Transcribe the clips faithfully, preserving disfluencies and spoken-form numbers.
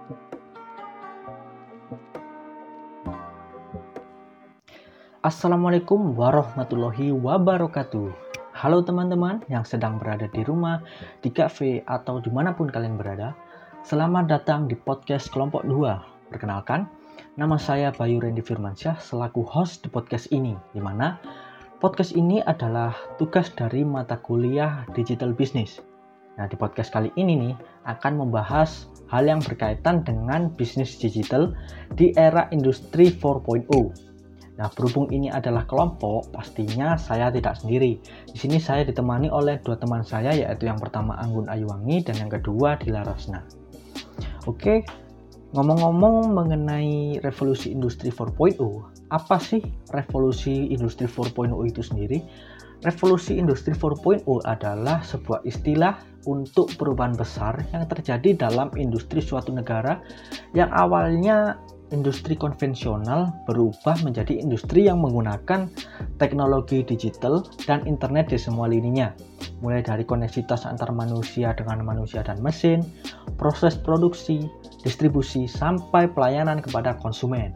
Assalamualaikum warahmatullahi wabarakatuh. Halo teman-teman yang sedang berada di rumah, di kafe, atau dimanapun kalian berada. Selamat datang di podcast kelompok dua. Perkenalkan, nama saya Bayu Randy Firmansyah selaku host di podcast ini, di mana podcast ini adalah tugas dari mata kuliah Digital Business. Nah, di podcast kali ini nih akan membahas hal yang berkaitan dengan bisnis digital di era industri empat titik nol. Nah, berhubung ini adalah kelompok, pastinya saya tidak sendiri. Di sini saya ditemani oleh dua teman saya, yaitu yang pertama Anggun Ayuwangi dan yang kedua Dila Rasna. Oke, ngomong-ngomong mengenai revolusi industri empat titik nol, apa sih revolusi industri empat titik nol itu sendiri? Revolusi industri empat titik nol adalah sebuah istilah untuk perubahan besar yang terjadi dalam industri suatu negara yang awalnya industri konvensional berubah menjadi industri yang menggunakan teknologi digital dan internet di semua lininya, mulai dari koneksitas antar manusia dengan manusia dan mesin, proses produksi, distribusi, sampai pelayanan kepada konsumen.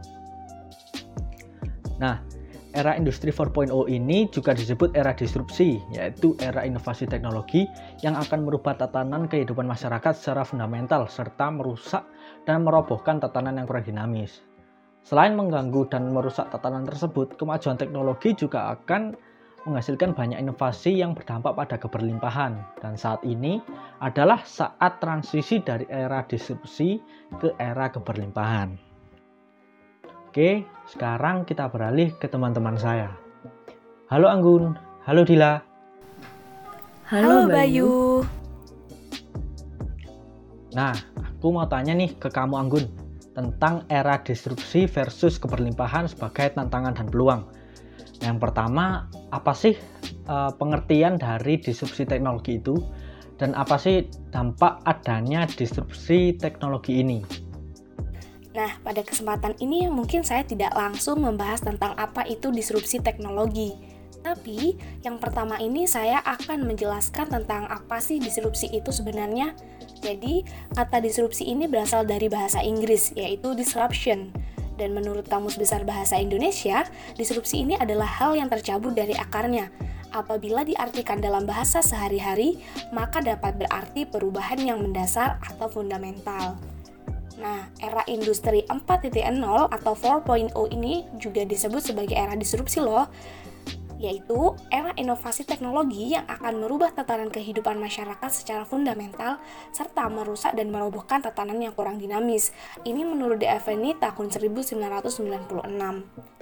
Nah, era industri empat titik nol ini juga disebut era disrupsi, yaitu era inovasi teknologi yang akan merubah tatanan kehidupan masyarakat secara fundamental serta merusak dan merobohkan tatanan yang kurang dinamis. Selain mengganggu dan merusak tatanan tersebut, kemajuan teknologi juga akan menghasilkan banyak inovasi yang berdampak pada keberlimpahan. Dan saat ini adalah saat transisi dari era disrupsi ke era keberlimpahan. Oke, sekarang kita beralih ke teman-teman saya. Halo Anggun, halo Dila. Halo Bayu. Nah, aku mau tanya nih ke kamu Anggun, tentang era disrupsi versus keberlimpahan sebagai tantangan dan peluang. Yang pertama, apa sih uh, pengertian dari disrupsi teknologi itu? Dan apa sih dampak adanya disrupsi teknologi ini? Nah, pada kesempatan ini mungkin saya tidak langsung membahas tentang apa itu disrupsi teknologi. Tapi, yang pertama ini saya akan menjelaskan tentang apa sih disrupsi itu sebenarnya. Jadi, kata disrupsi ini berasal dari bahasa Inggris, yaitu disruption. Dan menurut Kamus Besar Bahasa Indonesia, disrupsi ini adalah hal yang tercabut dari akarnya. Apabila diartikan dalam bahasa sehari-hari, maka dapat berarti perubahan yang mendasar atau fundamental. Nah, era industri empat titik nol atau empat titik nol ini juga disebut sebagai era disrupsi loh, yaitu era inovasi teknologi yang akan merubah tatanan kehidupan masyarakat secara fundamental serta merusak dan merobohkan tatanan yang kurang dinamis. Ini menurut D F N I tahun seribu sembilan ratus sembilan puluh enam.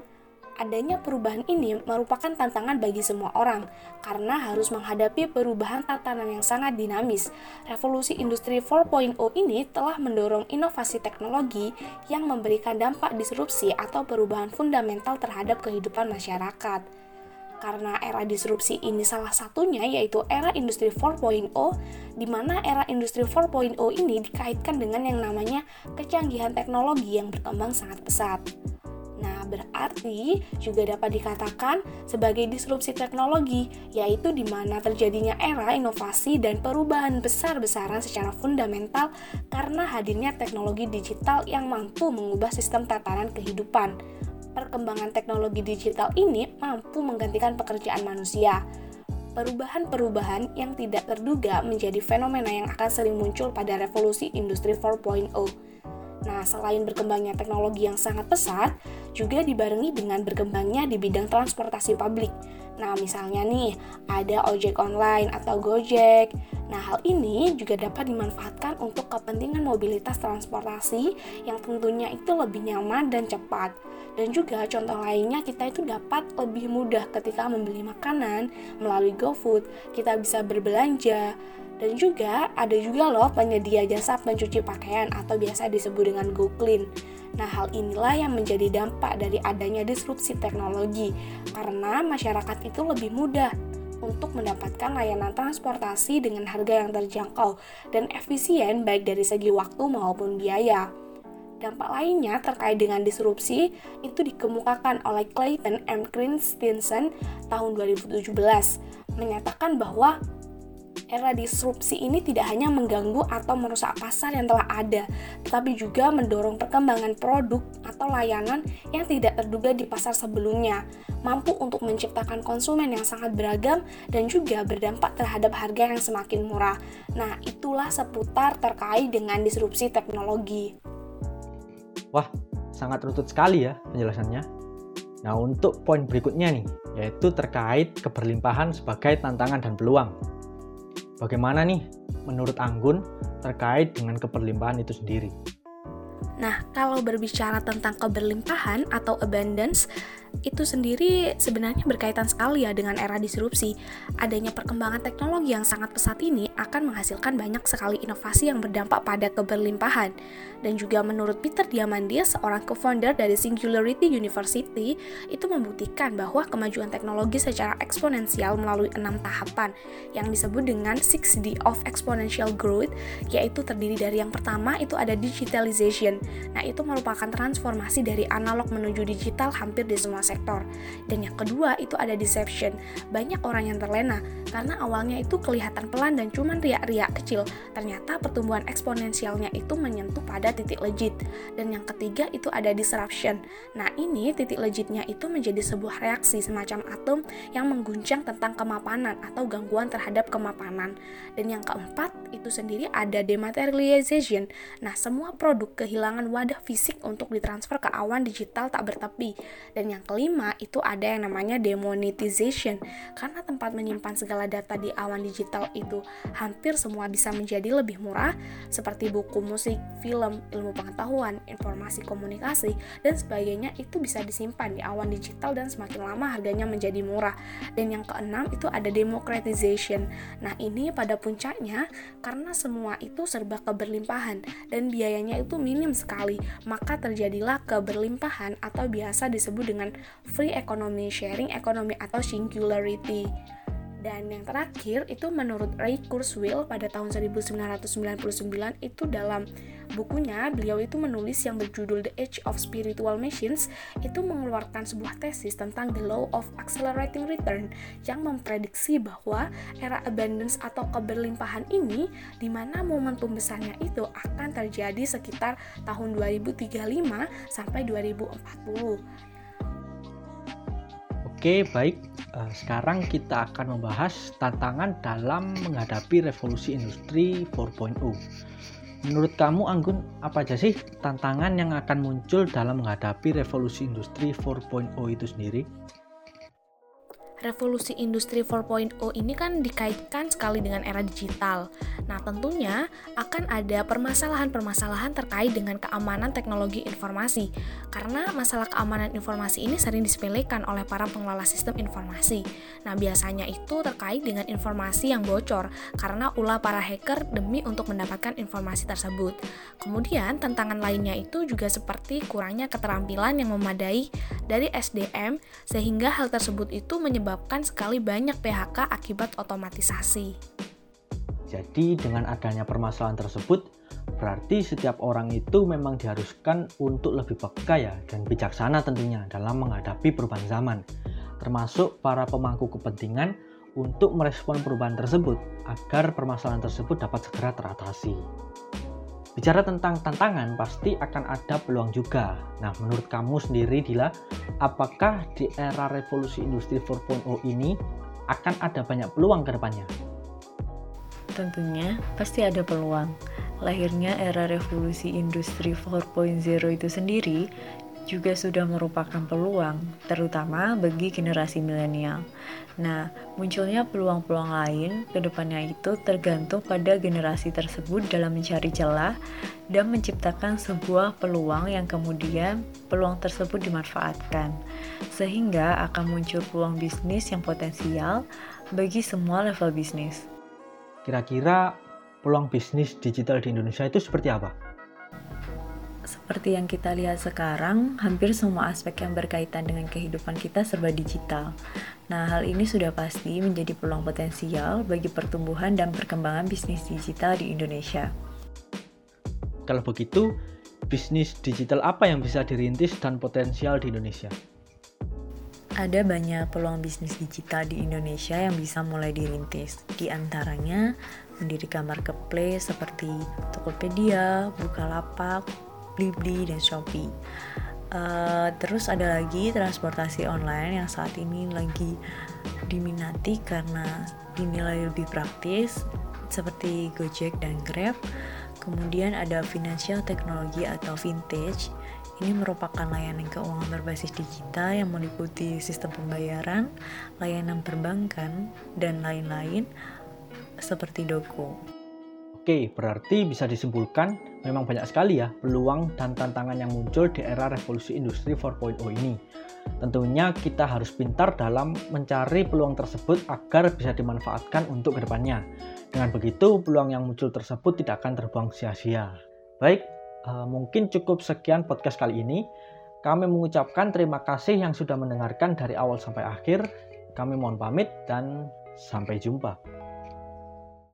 Adanya perubahan ini merupakan tantangan bagi semua orang karena harus menghadapi perubahan tatanan yang sangat dinamis. Revolusi industri empat titik nol ini telah mendorong inovasi teknologi yang memberikan dampak disrupsi atau perubahan fundamental terhadap kehidupan masyarakat. Karena era disrupsi ini salah satunya yaitu era industri empat titik nol, di mana era industri empat titik nol ini dikaitkan dengan yang namanya kecanggihan teknologi yang berkembang sangat pesat. Nah, berarti juga dapat dikatakan sebagai disrupsi teknologi, yaitu di mana terjadinya era inovasi dan perubahan besar-besaran secara fundamental karena hadirnya teknologi digital yang mampu mengubah sistem tatanan kehidupan. Perkembangan teknologi digital ini mampu menggantikan pekerjaan manusia. Perubahan-perubahan yang tidak terduga menjadi fenomena yang akan sering muncul pada revolusi industri empat titik nol. Nah, selain berkembangnya teknologi yang sangat pesat, juga dibarengi dengan berkembangnya di bidang transportasi publik. Nah, misalnya nih, ada ojek online atau Gojek. Nah, hal ini juga dapat dimanfaatkan untuk kepentingan mobilitas transportasi yang tentunya itu lebih nyaman dan cepat. Dan juga contoh lainnya, kita itu dapat lebih mudah ketika membeli makanan melalui GoFood, kita bisa berbelanja. Dan juga ada juga loh penyedia jasa pencuci pakaian atau biasa disebut dengan GoClean. Nah, hal inilah yang menjadi dampak dari adanya disrupsi teknologi karena masyarakat itu lebih mudah untuk mendapatkan layanan transportasi dengan harga yang terjangkau dan efisien baik dari segi waktu maupun biaya. Dampak lainnya terkait dengan disrupsi itu dikemukakan oleh Clayton M. Christensen tahun dua ribu tujuh belas, menyatakan bahwa Era disrupsi ini tidak hanya mengganggu atau merusak pasar yang telah ada, tetapi juga mendorong perkembangan produk atau layanan yang tidak terduga di pasar sebelumnya, mampu untuk menciptakan konsumen yang sangat beragam dan juga berdampak terhadap harga yang semakin murah. Nah, itulah seputar terkait dengan disrupsi teknologi. Wah, sangat runtut sekali ya penjelasannya. Nah, untuk poin berikutnya nih, yaitu terkait keberlimpahan sebagai tantangan dan peluang. Bagaimana nih menurut Anggun terkait dengan keberlimpahan itu sendiri? Nah, kalau berbicara tentang keberlimpahan atau abundance, itu sendiri sebenarnya berkaitan sekali ya dengan era disrupsi. Adanya perkembangan teknologi yang sangat pesat ini akan menghasilkan banyak sekali inovasi yang berdampak pada keberlimpahan. Dan juga menurut Peter Diamandis, seorang co-founder dari Singularity University, itu membuktikan bahwa kemajuan teknologi secara eksponensial melalui enam tahapan yang disebut dengan six D of exponential growth, yaitu terdiri dari yang pertama itu ada digitalization. Nah, itu merupakan transformasi dari analog menuju digital hampir di semua sektor. Dan yang kedua itu ada deception. Banyak orang yang terlena karena awalnya itu kelihatan pelan dan cuman riak-riak kecil. Ternyata pertumbuhan eksponensialnya itu menyentuh pada titik legit. Dan yang ketiga itu ada disruption. Nah, ini titik legitnya itu menjadi sebuah reaksi semacam atom yang mengguncang tentang kemapanan atau gangguan terhadap kemapanan. Dan yang keempat itu sendiri ada dematerialization. Nah, semua produk kehilangan wadah fisik untuk ditransfer ke awan digital tak bertepi. Dan yang kelima itu ada yang namanya demonetization. Karena tempat menyimpan segala data di awan digital itu hampir semua bisa menjadi lebih murah, seperti buku, musik, film, ilmu pengetahuan, informasi komunikasi, dan sebagainya itu bisa disimpan di awan digital dan semakin lama harganya menjadi murah. Dan yang keenam itu ada democratization. Nah, ini pada puncaknya karena semua itu serba keberlimpahan dan biayanya itu minim sekali, maka terjadilah keberlimpahan atau biasa disebut dengan free economy, sharing economy atau singularity. Dan yang terakhir itu menurut Ray Kurzweil pada tahun seribu sembilan ratus sembilan puluh sembilan itu dalam bukunya beliau itu menulis yang berjudul The Age of Spiritual Machines, itu mengeluarkan sebuah tesis tentang the law of accelerating return yang memprediksi bahwa era abundance atau keberlimpahan ini di mana momentum besarnya itu akan terjadi sekitar tahun dua ribu tiga puluh lima sampai dua ribu empat puluh. Oke, baik. Sekarang kita akan membahas tantangan dalam menghadapi revolusi industri empat titik nol. Menurut kamu, Anggun, apa aja sih tantangan yang akan muncul dalam menghadapi revolusi industri empat titik nol itu sendiri? Revolusi industri empat titik nol ini kan dikaitkan sekali dengan era digital. Nah, tentunya akan ada permasalahan-permasalahan terkait dengan keamanan teknologi informasi. Karena masalah keamanan informasi ini sering disepelekan oleh para pengelola sistem informasi. Nah, biasanya itu terkait dengan informasi yang bocor karena ulah para hacker demi untuk mendapatkan informasi tersebut. Kemudian, tantangan lainnya itu juga seperti kurangnya keterampilan yang memadai dari S D M sehingga hal tersebut itu menyebabkan sekali banyak P H K akibat otomatisasi. Jadi dengan adanya permasalahan tersebut, berarti setiap orang itu memang diharuskan untuk lebih peka ya dan bijaksana tentunya dalam menghadapi perubahan zaman, termasuk para pemangku kepentingan untuk merespon perubahan tersebut agar permasalahan tersebut dapat segera teratasi. Bicara tentang tantangan, pasti akan ada peluang juga. Nah, menurut kamu sendiri, Dila, apakah di era revolusi industri empat titik nol ini akan ada banyak peluang ke depannya? Tentunya pasti ada peluang. Lahirnya era revolusi industri empat titik nol itu sendiri juga sudah merupakan peluang, terutama bagi generasi milenial. Nah, munculnya peluang-peluang lain ke depannya itu tergantung pada generasi tersebut dalam mencari celah dan menciptakan sebuah peluang yang kemudian peluang tersebut dimanfaatkan, sehingga akan muncul peluang bisnis yang potensial bagi semua level bisnis. Kira-kira peluang bisnis digital di Indonesia itu seperti apa? Seperti yang kita lihat sekarang, hampir semua aspek yang berkaitan dengan kehidupan kita serba digital. Nah, hal ini sudah pasti menjadi peluang potensial bagi pertumbuhan dan perkembangan bisnis digital di Indonesia. Kalau begitu, bisnis digital apa yang bisa dirintis dan potensial di Indonesia? Ada banyak peluang bisnis digital di Indonesia yang bisa mulai dirintis. Di antaranya mendirikan marketplace seperti Tokopedia, Bukalapak, Blibli, dan Shopee. Uh, terus ada lagi transportasi online yang saat ini lagi diminati karena dinilai lebih praktis seperti Gojek dan Grab. Kemudian ada financial technology atau vintage. Ini merupakan layanan keuangan berbasis digital yang meliputi sistem pembayaran, layanan perbankan, dan lain-lain seperti Doko. Oke, berarti bisa disimpulkan memang banyak sekali ya peluang dan tantangan yang muncul di era revolusi industri empat titik nol ini. Tentunya kita harus pintar dalam mencari peluang tersebut agar bisa dimanfaatkan untuk kedepannya. Dengan begitu, peluang yang muncul tersebut tidak akan terbuang sia-sia. Baik, uh, mungkin cukup sekian podcast kali ini. Kami mengucapkan terima kasih yang sudah mendengarkan dari awal sampai akhir. Kami mohon pamit dan sampai jumpa.